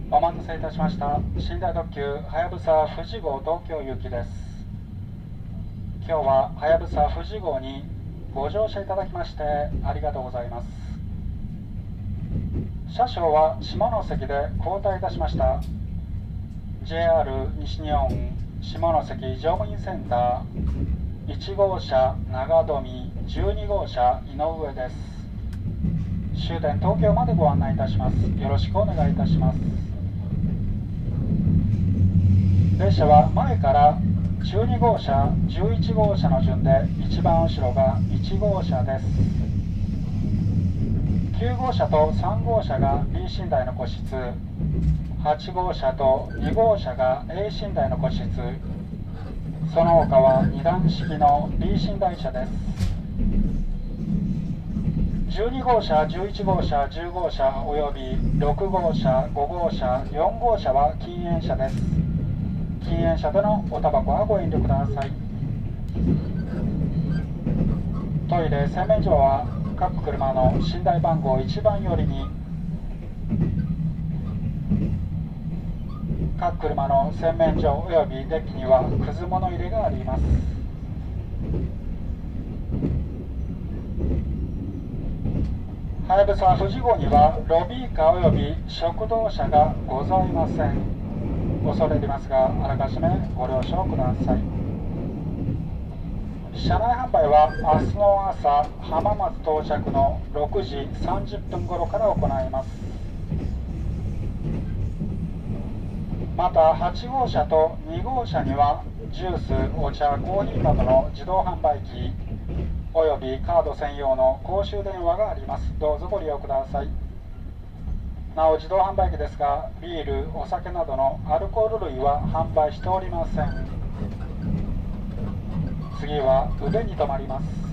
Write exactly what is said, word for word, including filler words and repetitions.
お待たせいたしました。寝台特急はやぶさ富士号東京行きです。今日ははやぶさ富士号にご乗車いただきましてありがとうございます。車掌は下関で交代いたしました。 ジェイアール 西日本下関乗務員センターいち号車長富、じゅうに号車井上です。終点東京までご案内いたします。よろしくお願いいたします。列車は前からじゅうに号車、じゅういち号車の順で一番後ろがいち号車です。きゅう号車とさん号車が B 寝台の個室、はち号車とに号車が A 寝台の個室、その他はに段式の B 寝台車です。じゅうに号車、じゅういち号車、じゅう号車およびろく号車、ご号車、よん号車は禁煙車です。禁煙車でのおタバコはご遠慮ください。トイレ洗面所は各車の寝台番号いちばんよりに、各車の洗面所およびデッキにはくず物入れがあります。はやぶさ富士号にはロビーカーおよび食堂車がございません。恐れ入りますが、あらかじめご了承ください。車内販売は明日の朝浜松到着のろくじさんじゅっぷん頃から行います。またはち号車とに号車にはジュース、お茶、コーヒーなどの自動販売機およびカード専用の公衆電話があります。どうぞご利用ください。なお自動販売機ですが、ビール、お酒などのアルコール類は販売しておりません。次は腕に止まります。